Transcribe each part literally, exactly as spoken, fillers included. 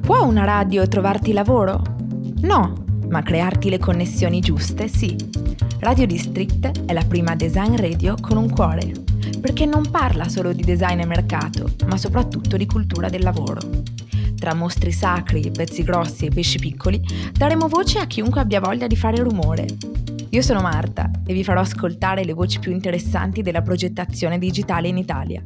Può una radio trovarti lavoro? No, ma crearti le connessioni giuste sì. Radio District è la prima design radio con un cuore, perché non parla solo di design e mercato, ma soprattutto di cultura del lavoro. Tra mostri sacri, pezzi grossi e pesci piccoli, daremo voce a chiunque abbia voglia di fare rumore. Io sono Marta e vi farò ascoltare le voci più interessanti della progettazione digitale in Italia.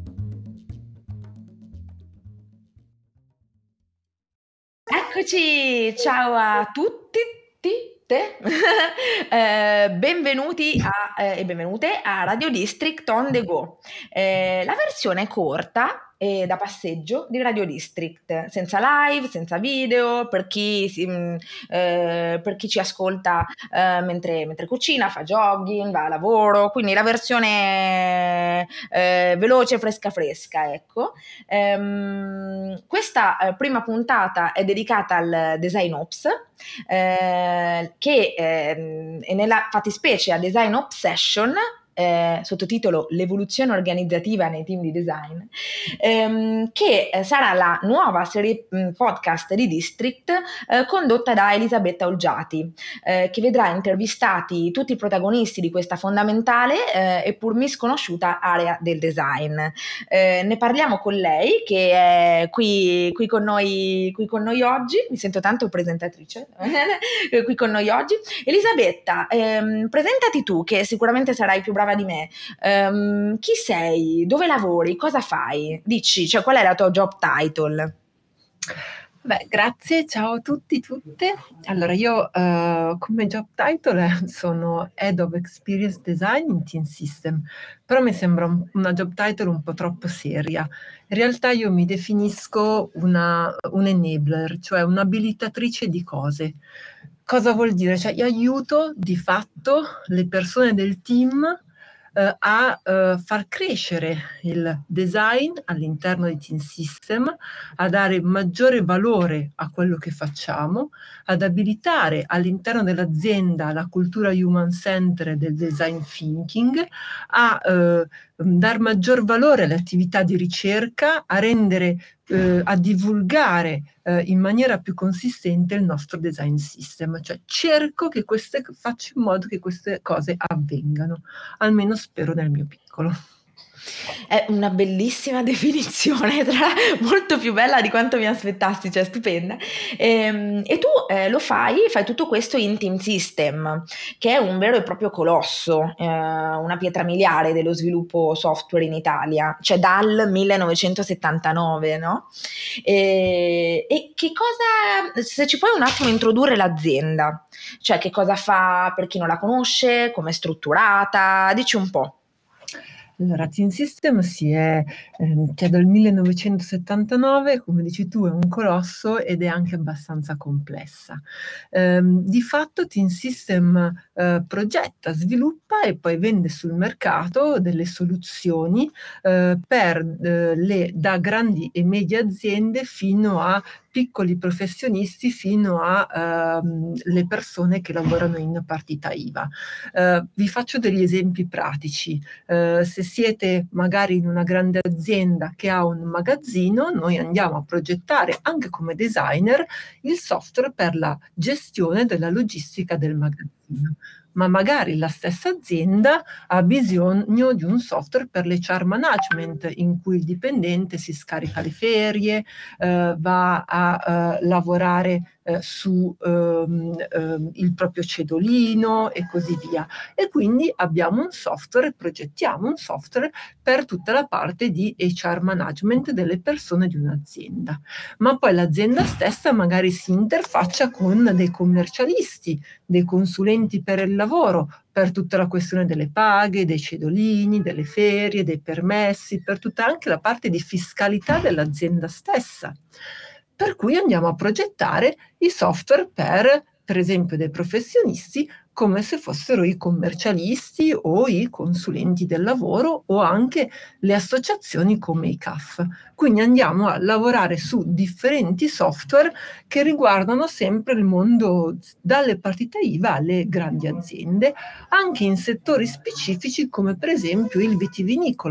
Eccoci, ciao a tutti, ti, te. eh, benvenuti a, eh, e benvenute a Radio District on the go, eh, la versione corta e da passeggio di Radio District, senza live, senza video, per chi, si, mh, eh, per chi ci ascolta eh, mentre, mentre cucina, fa jogging, va a lavoro, quindi la versione eh, veloce, fresca fresca, ecco. Ehm, questa eh, prima puntata è dedicata al Design Ops, eh, che eh, è nella fattispecie a Design Obsession, eh, sottotitolo L'evoluzione organizzativa nei team di design, ehm, che eh, sarà la nuova serie mh, podcast di District eh, condotta da Elisabetta Olgiati, eh, che vedrà intervistati tutti i protagonisti di questa fondamentale eh, e pur misconosciuta area del design. Eh, ne parliamo con lei, che è qui, qui, con noi, qui con noi oggi. Mi sento tanto presentatrice qui con noi oggi. Elisabetta, ehm, presentati tu, che sicuramente sarai più brava di me. Um, chi sei? Dove lavori? Cosa fai? Dici, cioè, qual è la tua job title? Beh, grazie, ciao a tutti, tutte. Allora, io uh, come job title sono Head of Experience Design in Team System, però mi sembra un, una job title un po' troppo seria. In realtà io mi definisco una, un enabler, cioè un'abilitatrice di cose. Cosa vuol dire? Cioè io aiuto di fatto le persone del team Uh, a uh, far crescere il design all'interno di Team System, a dare maggiore valore a quello che facciamo, ad abilitare all'interno dell'azienda la cultura human-centered del design thinking, a uh, dar maggior valore alle attività di ricerca, a rendere, uh, a divulgare uh, in maniera più consistente il nostro design system. Cioè cerco che queste, faccio in modo che queste cose avvengano, almeno spero nel mio piccolo. È una bellissima definizione, tra molto più bella di quanto mi aspettassi, cioè stupenda. E, e tu eh, lo fai, fai tutto questo in Team System, che è un vero e proprio colosso, eh, una pietra miliare dello sviluppo software in Italia, cioè dal millenovecentosettantanove, no? E, e che cosa, se ci puoi un attimo introdurre l'azienda, cioè che cosa fa per chi non la conosce, come è strutturata, dici un po'. Allora, Team System si è, ehm, cioè dal millenovecentosettantanove, come dici tu, è un colosso ed è anche abbastanza complessa. Ehm, di fatto Team System eh, progetta, sviluppa e poi vende sul mercato delle soluzioni eh, per eh, le, da grandi e medie aziende fino a piccoli professionisti, fino a ehm, le persone che lavorano in partita I V A. Eh, vi faccio degli esempi pratici. Eh, se siete magari in una grande azienda che ha un magazzino, noi andiamo a progettare anche come designer il software per la gestione della logistica del magazzino. Ma magari la stessa azienda ha bisogno di un software per l'H R management, in cui il dipendente si scarica le ferie, eh, va a eh, lavorare eh, su ehm, ehm, il proprio cedolino e così via. E quindi abbiamo un software, progettiamo un software per tutta la parte di H R management delle persone di un'azienda. Ma poi l'azienda stessa magari si interfaccia con dei commercialisti, dei consulenti per il lavoro, per tutta la questione delle paghe, dei cedolini, delle ferie, dei permessi, per tutta anche la parte di fiscalità dell'azienda stessa. Per cui andiamo a progettare i software per, per esempio, dei professionisti, come se fossero i commercialisti o i consulenti del lavoro o anche le associazioni come i C A F. Quindi andiamo a lavorare su differenti software che riguardano sempre il mondo, dalle partite I V A alle grandi aziende, anche in settori specifici come per esempio il vitivinicolo,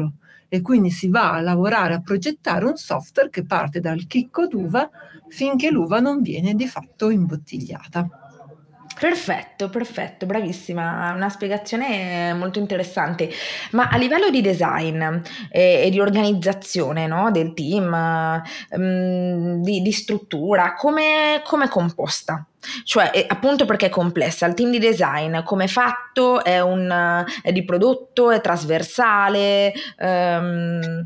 e quindi si va a lavorare a progettare un software che parte dal chicco d'uva finché l'uva non viene di fatto imbottigliata. Perfetto, perfetto, bravissima, una spiegazione molto interessante. Ma a livello di design e, e di organizzazione, no, del team, ehm, di, di struttura, come come è composta? Cioè, eh, appunto perché è complessa, il team di design come è fatto? È un, è di prodotto, è trasversale? ehm,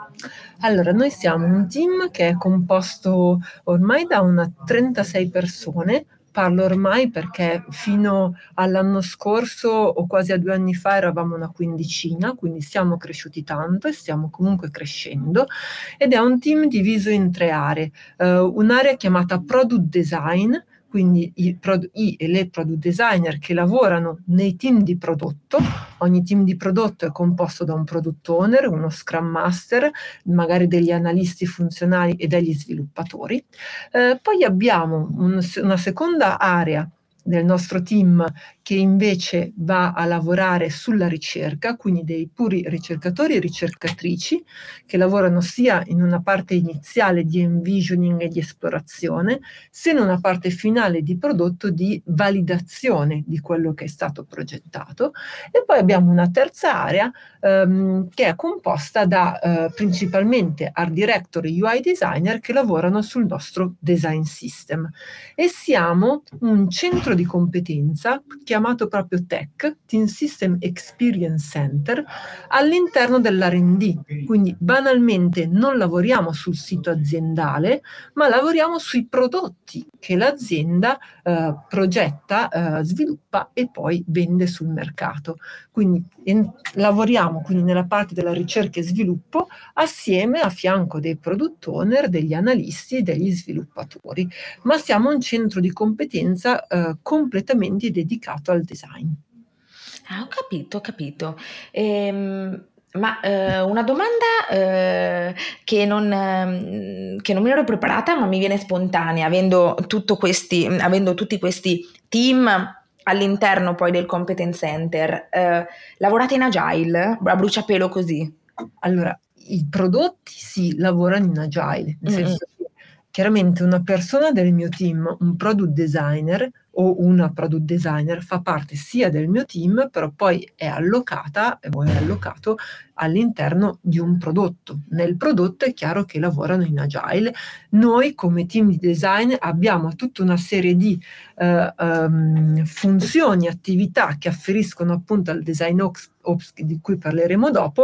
Allora, noi siamo un team che è composto ormai da una trentasei persone. Parlo ormai perché fino all'anno scorso o quasi a due anni fa eravamo una quindicina, quindi siamo cresciuti tanto e stiamo comunque crescendo, ed è un team diviso in tre aree. Uh, un'area chiamata Product Design, quindi i, i e le product designer che lavorano nei team di prodotto. Ogni team di prodotto è composto da un product owner, uno scrum master, magari degli analisti funzionali e degli sviluppatori. Eh, poi abbiamo un, una seconda area del nostro team che invece va a lavorare sulla ricerca, quindi dei puri ricercatori e ricercatrici che lavorano sia in una parte iniziale di envisioning e di esplorazione, sia in una parte finale di prodotto di validazione di quello che è stato progettato. E poi abbiamo una terza area ehm, che è composta da eh, principalmente art director e U I designer che lavorano sul nostro design system, e siamo un centro di competenza chiamato proprio T E C, Team System Experience Center, all'interno dell'R and D. Quindi banalmente non lavoriamo sul sito aziendale, ma lavoriamo sui prodotti che l'azienda eh, progetta, eh, sviluppa e poi vende sul mercato. Quindi en- lavoriamo quindi nella parte della ricerca e sviluppo assieme a fianco dei product owner, degli analisti e degli sviluppatori, ma siamo un centro di competenza eh, completamente dedicato al design. Ah, ho capito, ho capito. Ehm, ma eh, una domanda eh, che non, ehm, che non mi ero preparata, ma mi viene spontanea, avendo, tutto questi, avendo tutti questi team all'interno poi del Competence Center. Eh, lavorate in Agile? A bruciapelo così? Allora, i prodotti sì, lavorano in agile, nel Mm, mm. senso che chiaramente una persona del mio team, un product designer o una product designer fa parte sia del mio team, però poi è allocata o è allocato all'interno di un prodotto. Nel prodotto è chiaro che lavorano in agile. Noi come team di design abbiamo tutta una serie di eh, um, funzioni, attività che afferiscono appunto al design ops, ops di cui parleremo dopo,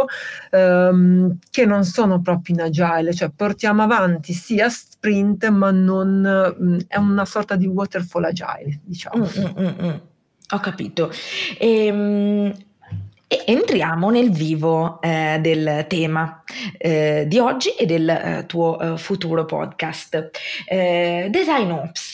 ehm, che non sono proprio in agile, cioè portiamo avanti sia sprint ma non mh, è una sorta di waterfall agile, diciamo. Mm, mm, mm, mm. Ho capito. Ehm, E entriamo nel vivo eh, del tema eh, di oggi e del eh, tuo eh, futuro podcast. Eh, Design Ops,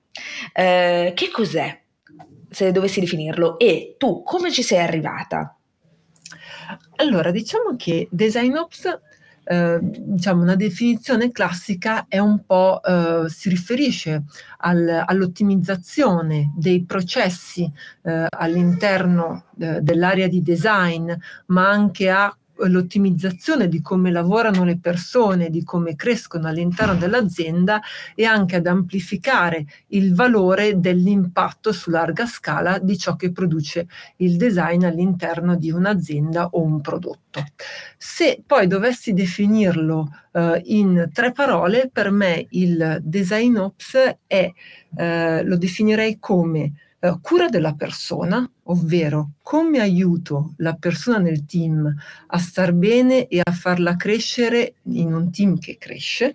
eh, che cos'è, se dovessi definirlo? E tu come ci sei arrivata? Allora, diciamo che Design Ops, eh, diciamo una definizione classica, è un po', eh, si riferisce al, all'ottimizzazione dei processi eh, all'interno eh, dell'area di design, ma anche a l'ottimizzazione di come lavorano le persone, di come crescono all'interno dell'azienda, e anche ad amplificare il valore dell'impatto su larga scala di ciò che produce il design all'interno di un'azienda o un prodotto. Se poi dovessi definirlo eh, in tre parole, per me il design ops è, eh, lo definirei come eh, cura della persona, ovvero come aiuto la persona nel team a star bene e a farla crescere in un team che cresce.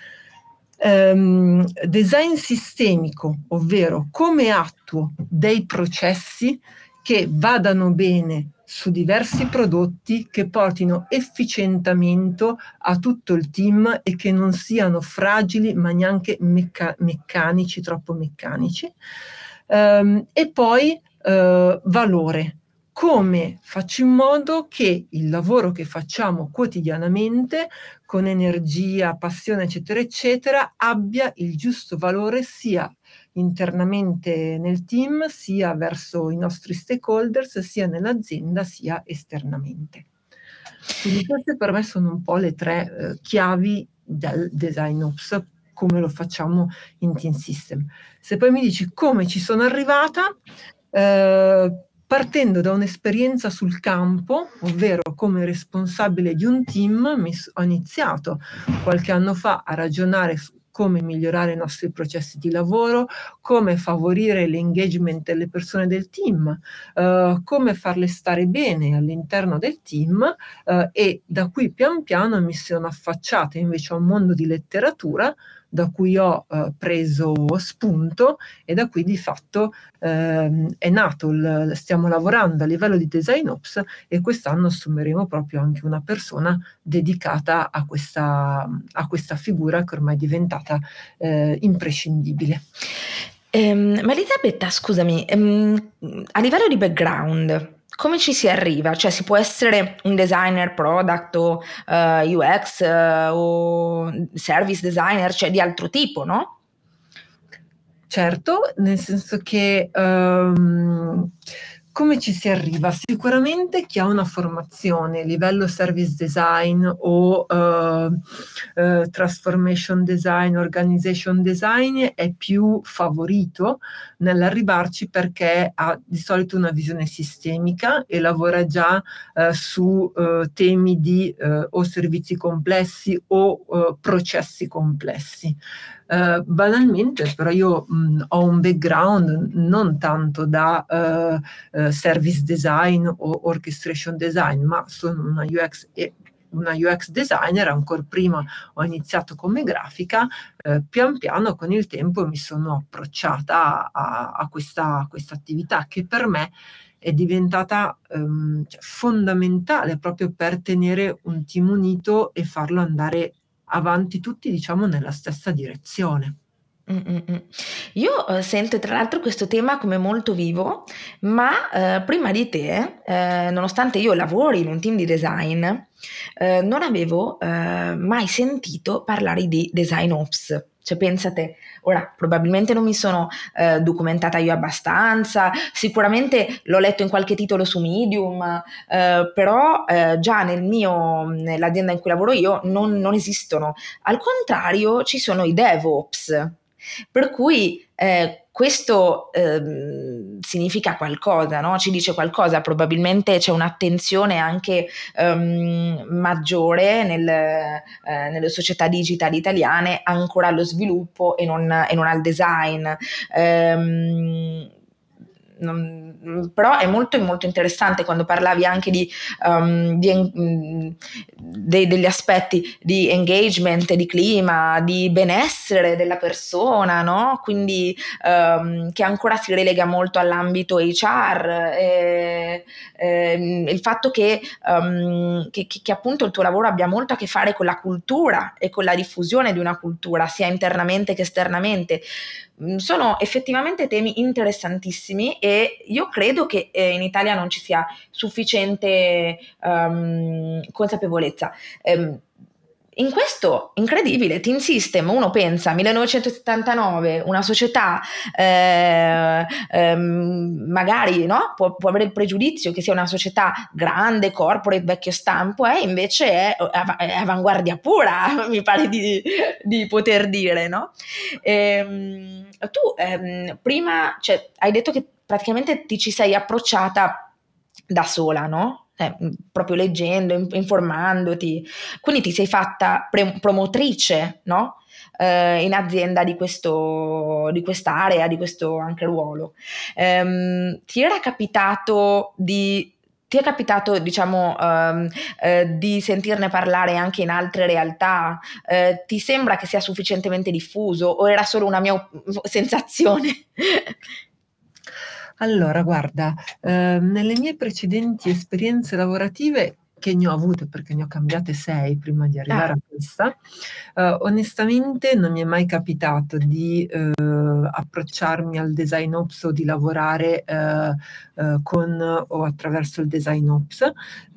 Um, design sistemico, ovvero come attuo dei processi che vadano bene su diversi prodotti, che portino efficientamento a tutto il team e che non siano fragili ma neanche mecca- meccanici, troppo meccanici. Um, e poi uh, valore. Come faccio in modo che il lavoro che facciamo quotidianamente con energia, passione, eccetera, eccetera, abbia il giusto valore sia internamente nel team, sia verso i nostri stakeholders, sia nell'azienda, sia esternamente. Quindi queste per me sono un po' le tre eh, chiavi del design ops, come lo facciamo in Team System. Se poi mi dici come ci sono arrivata, eh, partendo da un'esperienza sul campo, ovvero come responsabile di un team, mi, ho iniziato qualche anno fa a ragionare su come migliorare i nostri processi di lavoro, come favorire l'engagement delle persone del team, eh, come farle stare bene all'interno del team, eh, e da qui pian piano mi sono affacciata invece a un mondo di letteratura da cui ho eh, preso spunto e da qui di fatto eh, è nato, il, stiamo lavorando a livello di design ops e quest'anno assumeremo proprio anche una persona dedicata a questa, a questa figura che ormai è diventata eh, imprescindibile. Ehm, ma Elisabetta, scusami, ehm, a livello di background, come ci si arriva? Cioè, si può essere un designer product o eh, U X eh, o service designer, cioè di altro tipo, no? Certo, nel senso che um, come ci si arriva? Sicuramente chi ha una formazione a livello service design o uh, uh, transformation design, organization design è più favorito nell'arrivarci perché ha di solito una visione sistemica e lavora già uh, su uh, temi di uh, o servizi complessi o uh, processi complessi. Uh, banalmente, però io mh, ho un background non tanto da uh, uh, service design o orchestration design, ma sono una U X e una U X designer, ancora prima ho iniziato come grafica, eh, pian piano con il tempo mi sono approcciata a, a questa, questa attività che per me è diventata um, cioè, fondamentale proprio per tenere un team unito e farlo andare avanti tutti, diciamo, nella stessa direzione. Mm, mm, mm. Io eh, sento tra l'altro questo tema come molto vivo, ma eh, prima di te, eh, nonostante io lavori in un team di design, eh, non avevo eh, mai sentito parlare di design ops. Cioè, pensate, ora probabilmente non mi sono eh, documentata io abbastanza, sicuramente l'ho letto in qualche titolo su Medium, eh, però eh, già nel mio, nell'azienda in cui lavoro io non, non esistono. Al contrario, ci sono i DevOps. Per cui eh, questo ehm, significa qualcosa, no? Ci dice qualcosa, probabilmente c'è un'attenzione anche ehm, maggiore nel, eh, nelle società digitali italiane ancora allo sviluppo e non, e non al design. Ehm, non, però è molto, molto interessante quando parlavi anche di, um, di um, dei, degli aspetti di engagement, di clima, di benessere della persona, no? Quindi um, che ancora si relega molto all'ambito H R e, e, il fatto che, um, che, che, che appunto il tuo lavoro abbia molto a che fare con la cultura e con la diffusione di una cultura sia internamente che esternamente. Sono effettivamente temi interessantissimi e io credo che eh, in Italia non ci sia sufficiente um, consapevolezza. Um, in questo incredibile Team System, uno pensa millenovecentosettantanove, una società eh, ehm, magari no? può, può avere il pregiudizio che sia una società grande, corporate, vecchio stampo, e eh, invece è, è avanguardia pura, mi pare di, di poter dire, no? Ehm, tu ehm, prima, cioè, hai detto che praticamente ti ci sei approcciata da sola, no? Eh, proprio leggendo, informandoti, quindi ti sei fatta pre- promotrice, no? Eh, in azienda di questo, di quest'area, di questo anche ruolo. Ehm, ti era capitato di Ti è capitato, diciamo, um, eh, di sentirne parlare anche in altre realtà? Eh, ti sembra che sia sufficientemente diffuso o era solo una mia sensazione? Allora, guarda, eh, nelle mie precedenti esperienze lavorative, che ne ho avute perché ne ho cambiate sei prima di arrivare Ah. a vista. Uh, onestamente non mi è mai capitato di uh, approcciarmi al design ops o di lavorare uh, uh, con o attraverso il design ops.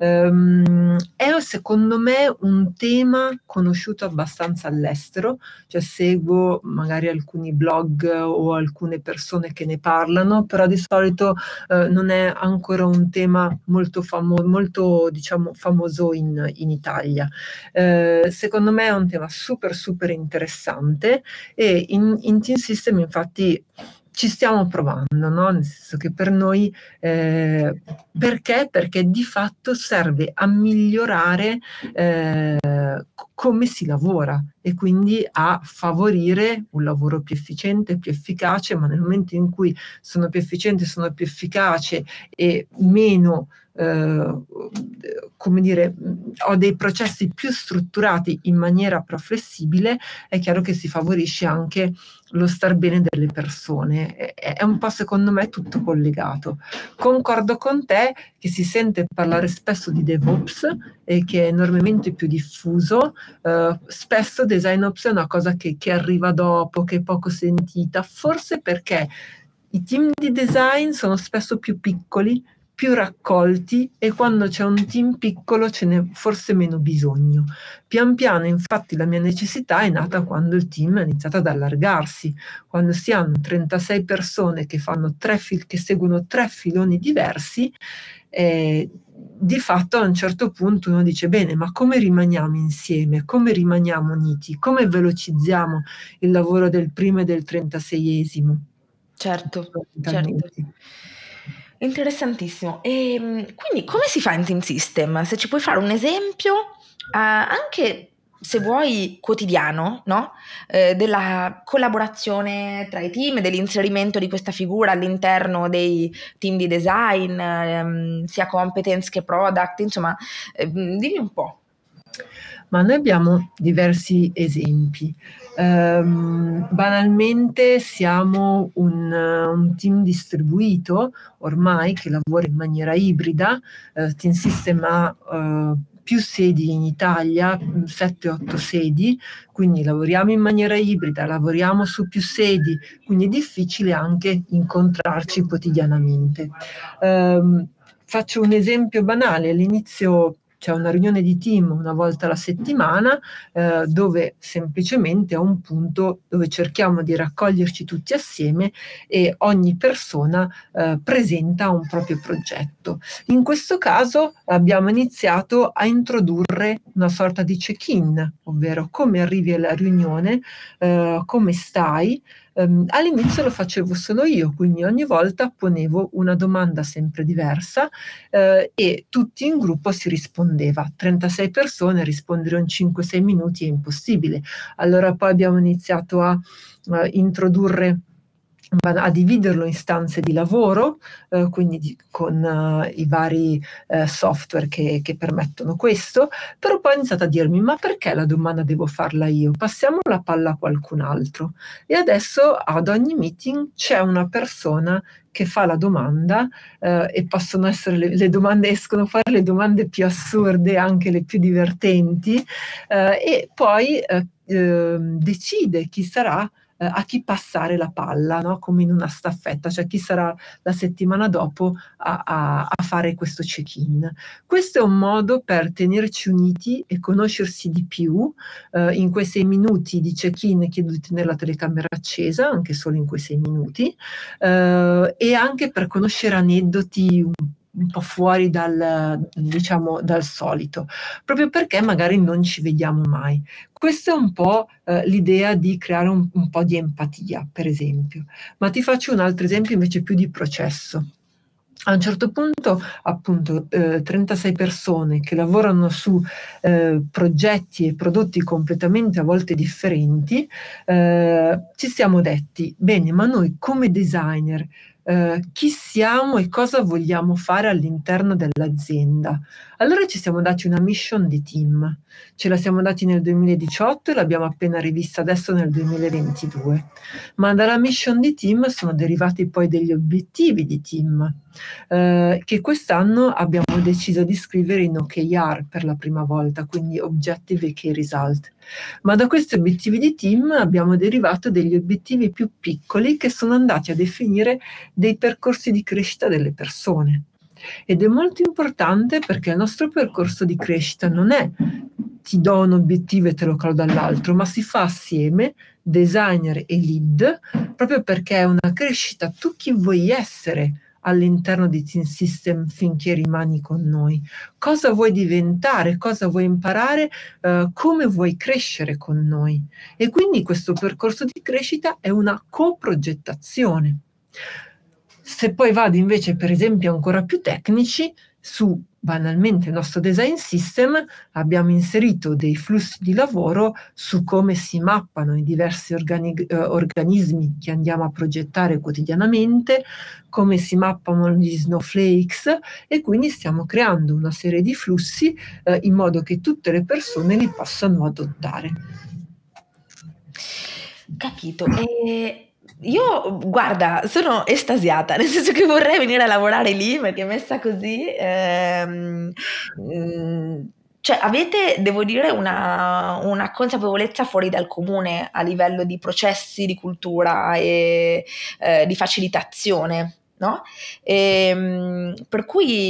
Um, è secondo me un tema conosciuto abbastanza all'estero, cioè seguo magari alcuni blog o alcune persone che ne parlano, però di solito uh, non è ancora un tema molto, famo- molto diciamo, famoso in, in Italia. Uh, secondo me è un tema super super interessante e in, in Team System infatti ci stiamo provando, no? Nel senso che per noi, eh, perché? Perché di fatto serve a migliorare eh, come si lavora e quindi a favorire un lavoro più efficiente, più efficace, ma nel momento in cui sono più efficiente, sono più efficace e meno eh, come dire, ho dei processi più strutturati in maniera più flessibile, è chiaro che si favorisce anche lo star bene delle persone. È, è un po' secondo me tutto collegato. Concordo con te che si sente parlare spesso di DevOps e che è enormemente più diffuso. Uh, spesso Design Ops è una cosa che, che arriva dopo, che è poco sentita, forse perché i team di design sono spesso più piccoli, più raccolti e quando c'è un team piccolo ce n'è forse meno bisogno. Pian piano infatti la mia necessità è nata quando il team ha iniziato ad allargarsi, quando si hanno trentasei persone che, fanno tre fil- che seguono tre filoni diversi, eh, di fatto a un certo punto uno dice bene, ma come rimaniamo insieme, come rimaniamo uniti, come velocizziamo il lavoro del primo e del trentaseiesimo? Certo, certo. Interessantissimo. E quindi come si fa in Team System? Se ci puoi fare un esempio, uh, anche se vuoi quotidiano, no? Eh, della collaborazione tra i team, dell'inserimento di questa figura all'interno dei team di design, ehm, sia competence che product, insomma, eh, dimmi un po'. Ma noi abbiamo diversi esempi. Um, banalmente siamo un, un team distribuito ormai che lavora in maniera ibrida. uh, Team System ha uh, più sedi in Italia, sette otto sedi, quindi lavoriamo in maniera ibrida, lavoriamo su più sedi, quindi è difficile anche incontrarci quotidianamente. Um, faccio un esempio banale: all'inizio c'è una riunione di team una volta alla settimana, eh, dove semplicemente a un punto dove cerchiamo di raccoglierci tutti assieme e ogni persona eh, presenta un proprio progetto. In questo caso abbiamo iniziato a introdurre una sorta di check-in, ovvero come arrivi alla riunione, eh, come stai. Um, all'inizio lo facevo solo io, quindi ogni volta ponevo una domanda sempre diversa eh, e tutti in gruppo si rispondeva. trentasei persone, rispondere in cinque sei minuti è impossibile. Allora poi abbiamo iniziato a, a introdurre, a dividerlo in stanze di lavoro, eh, quindi di, con uh, i vari uh, software che, che permettono questo, però poi ho iniziato a dirmi ma perché la domanda devo farla io? Passiamo la palla a qualcun altro. E adesso ad ogni meeting c'è una persona che fa la domanda eh, e possono essere le, le domande, escono fuori le domande più assurde, anche le più divertenti, eh, e poi eh, eh, decide chi sarà a chi passare la palla, no? Come in una staffetta, cioè chi sarà la settimana dopo a, a, a fare questo check-in. Questo è un modo per tenerci uniti e conoscersi di più. Uh, in quei sei minuti di check-in chiedo di tenere la telecamera accesa, anche solo in quei sei minuti, uh, e anche per conoscere aneddoti un un po' fuori dal, diciamo, dal solito, proprio perché magari non ci vediamo mai. Questa è un po' eh, l'idea di creare un, un po' di empatia, per esempio. Ma ti faccio un altro esempio invece più di processo. A un certo punto, appunto, eh, trentasei persone che lavorano su eh, progetti e prodotti completamente a volte differenti, eh, ci siamo detti, bene, ma noi come designer eh, chi siamo e cosa vogliamo fare all'interno dell'azienda. Allora ci siamo dati una mission di team, ce la siamo dati nel duemiladiciotto e l'abbiamo appena rivista adesso nel duemilaventidue, ma dalla mission di team sono derivati poi degli obiettivi di team, eh, che quest'anno abbiamo deciso di scrivere in O K R per la prima volta, quindi Objective e Key Result. Ma da questi obiettivi di team abbiamo derivato degli obiettivi più piccoli che sono andati a definire dei percorsi di crescita delle persone. Ed è molto importante perché il nostro percorso di crescita non è ti do un obiettivo e te lo calo dall'altro, ma si fa assieme, designer e lead, proprio perché è una crescita. Tu chi vuoi essere all'interno di Team System finché rimani con noi? Cosa vuoi diventare? Cosa vuoi imparare? Uh, come vuoi crescere con noi? E quindi questo percorso di crescita è una coprogettazione. Se poi vado invece, per esempio, ancora più tecnici, su banalmente il nostro design system abbiamo inserito dei flussi di lavoro su come si mappano i diversi organi- eh, organismi che andiamo a progettare quotidianamente, come si mappano gli snowflakes, e quindi stiamo creando una serie di flussi eh, in modo che tutte le persone li possano adottare. Capito. E io, guarda, sono estasiata, nel senso che vorrei venire a lavorare lì perché messa così, ehm, mm, cioè avete, devo dire, una, una consapevolezza fuori dal comune a livello di processi, di cultura e eh, di facilitazione. No? E, per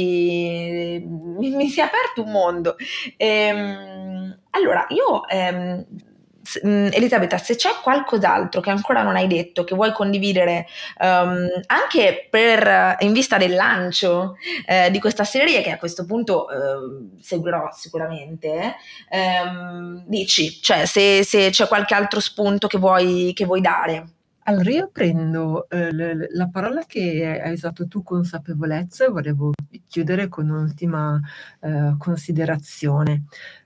cui mi, mi si è aperto un mondo. E, allora, io ehm, Elisabetta, se c'è qualcos'altro che ancora non hai detto, che vuoi condividere um, anche per, in vista del lancio eh, di questa serie, che a questo punto eh, seguirò sicuramente, ehm, dici, cioè se, se c'è qualche altro spunto che vuoi, che vuoi dare. Allora io prendo eh, l- la parola che hai usato tu, consapevolezza, e volevo chiudere con un'ultima eh, considerazione.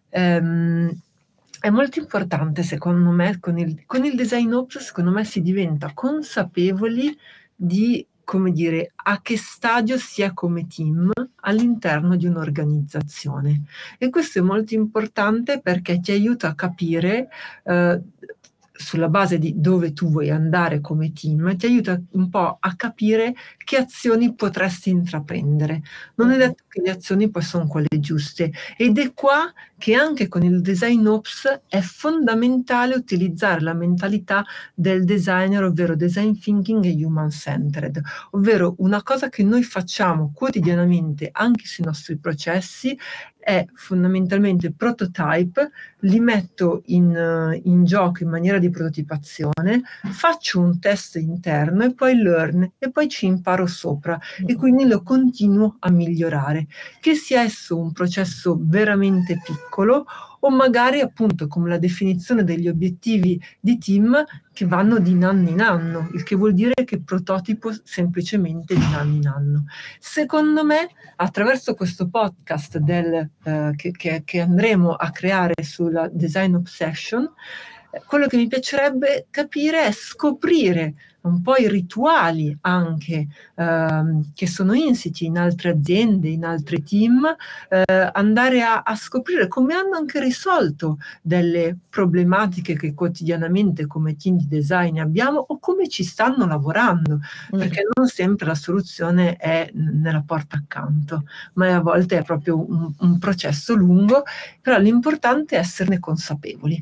Ehm, è molto importante, secondo me, con il, con il design ops, secondo me si diventa consapevoli di, come dire, a che stadio si è come team all'interno di un'organizzazione. E questo è molto importante perché ti aiuta a capire eh, sulla base di dove tu vuoi andare come team, ti aiuta un po' a capire che azioni potresti intraprendere. Non è detto che le azioni poi sono quelle giuste, ed è qua che anche con il design ops è fondamentale utilizzare la mentalità del designer, ovvero design thinking e human centered, ovvero una cosa che noi facciamo quotidianamente anche sui nostri processi è fondamentalmente prototype, li metto in, in gioco in maniera di prototipazione, faccio un test interno e poi learn, e poi ci imparo sopra e quindi lo continuo a migliorare, che sia esso un processo veramente piccolo o magari appunto come la definizione degli obiettivi di team che vanno di anno in anno, il che vuol dire che prototipo semplicemente di anno in anno. Secondo me, attraverso questo podcast del, eh, che, che, che andremo a creare sulla Design Obsession, quello che mi piacerebbe capire è scoprire un po' i rituali anche ehm, che sono insiti in altre aziende, in altri team, eh, andare a, a scoprire come hanno anche risolto delle problematiche che quotidianamente come team di design abbiamo o come ci stanno lavorando, mm. perché non sempre la soluzione è nella porta accanto, ma a volte è proprio un, un processo lungo, però l'importante è esserne consapevoli.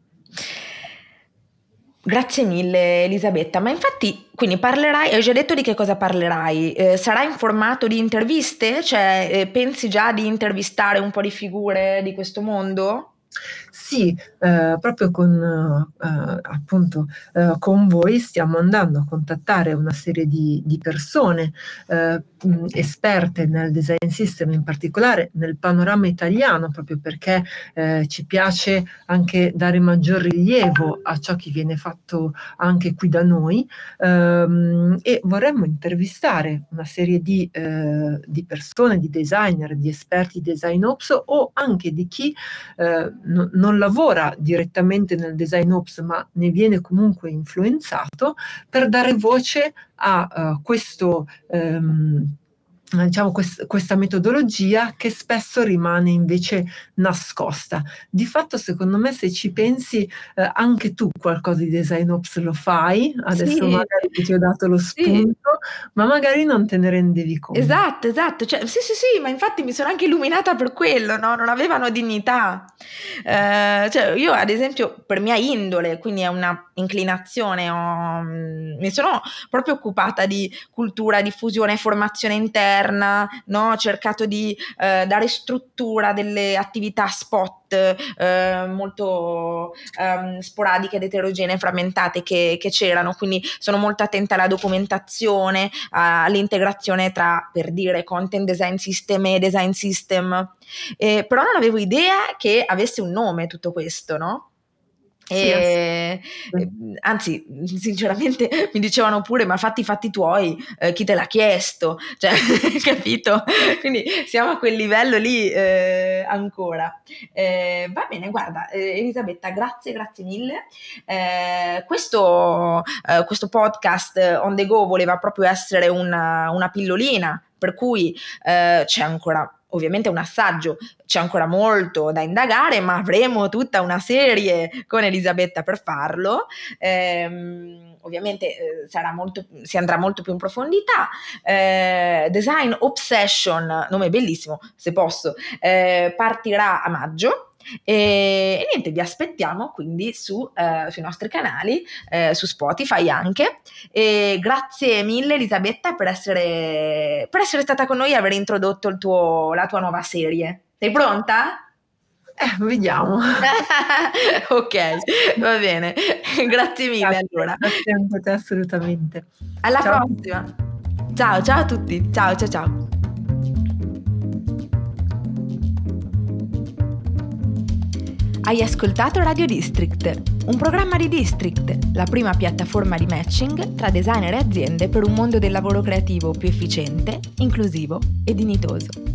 Grazie mille Elisabetta, ma infatti quindi parlerai, hai già detto di che cosa parlerai, eh, sarà in formato di interviste? Cioè eh, pensi già di intervistare un po' di figure di questo mondo? Sì, eh, proprio con, eh, appunto, eh, con voi stiamo andando a contattare una serie di, di persone eh, mh, esperte nel design system, in particolare nel panorama italiano, proprio perché eh, ci piace anche dare maggior rilievo a ciò che viene fatto anche qui da noi, ehm, e vorremmo intervistare una serie di, eh, di persone, di designer, di esperti di design ops o anche di chi eh, no, non non lavora direttamente nel design ops, ma ne viene comunque influenzato per dare voce a uh, questo um, diciamo quest- questa metodologia che spesso rimane invece nascosta. Di fatto, secondo me, se ci pensi, eh, anche tu qualcosa di design ops lo fai, adesso Sì, magari ti ho dato lo sì. spunto, ma magari non te ne rendevi conto. Esatto, esatto, cioè, sì, sì, sì, ma infatti mi sono anche illuminata per quello, no? Non avevano dignità. Eh, cioè, io, ad esempio, per mia indole, quindi è una inclinazione, ho, mh, mi sono proprio occupata di cultura, diffusione, formazione interna, no? Ho cercato di eh, dare struttura a delle attività spot eh, molto ehm, sporadiche ed eterogenee, frammentate che, che c'erano, quindi sono molto attenta alla documentazione, all'integrazione tra, per dire, content design system e design system, eh, però non avevo idea che avesse un nome tutto questo, no? Sì, E, anzi, sinceramente mi dicevano pure: ma fatti i fatti tuoi, eh, chi te l'ha chiesto? Cioè, capito? Quindi siamo a quel livello lì eh, ancora. Eh, va bene, guarda, eh, Elisabetta, grazie, grazie mille. Eh, questo, eh, questo podcast on the go voleva proprio essere una, una pillolina, per cui eh, c'è ancora ovviamente un assaggio, c'è ancora molto da indagare, ma avremo tutta una serie con Elisabetta per farlo. Ehm, ovviamente eh, sarà molto, si andrà molto più in profondità. Eh, Design Obsession, nome bellissimo, se posso, eh, partirà a maggio. E, e niente, vi aspettiamo quindi su, eh, sui nostri canali, eh, su Spotify anche. E grazie mille Elisabetta per essere, per essere stata con noi e aver introdotto il tuo, la tua nuova serie. Sei pronta? Eh, vediamo. Ok, va bene. Grazie mille Grazie, allora. grazie anche a te, assolutamente. Alla Ciao. prossima. Ciao, ciao a tutti. Ciao, ciao, ciao. Hai ascoltato Radio District, un programma di District, la prima piattaforma di matching tra designer e aziende per un mondo del lavoro creativo più efficiente, inclusivo e dignitoso.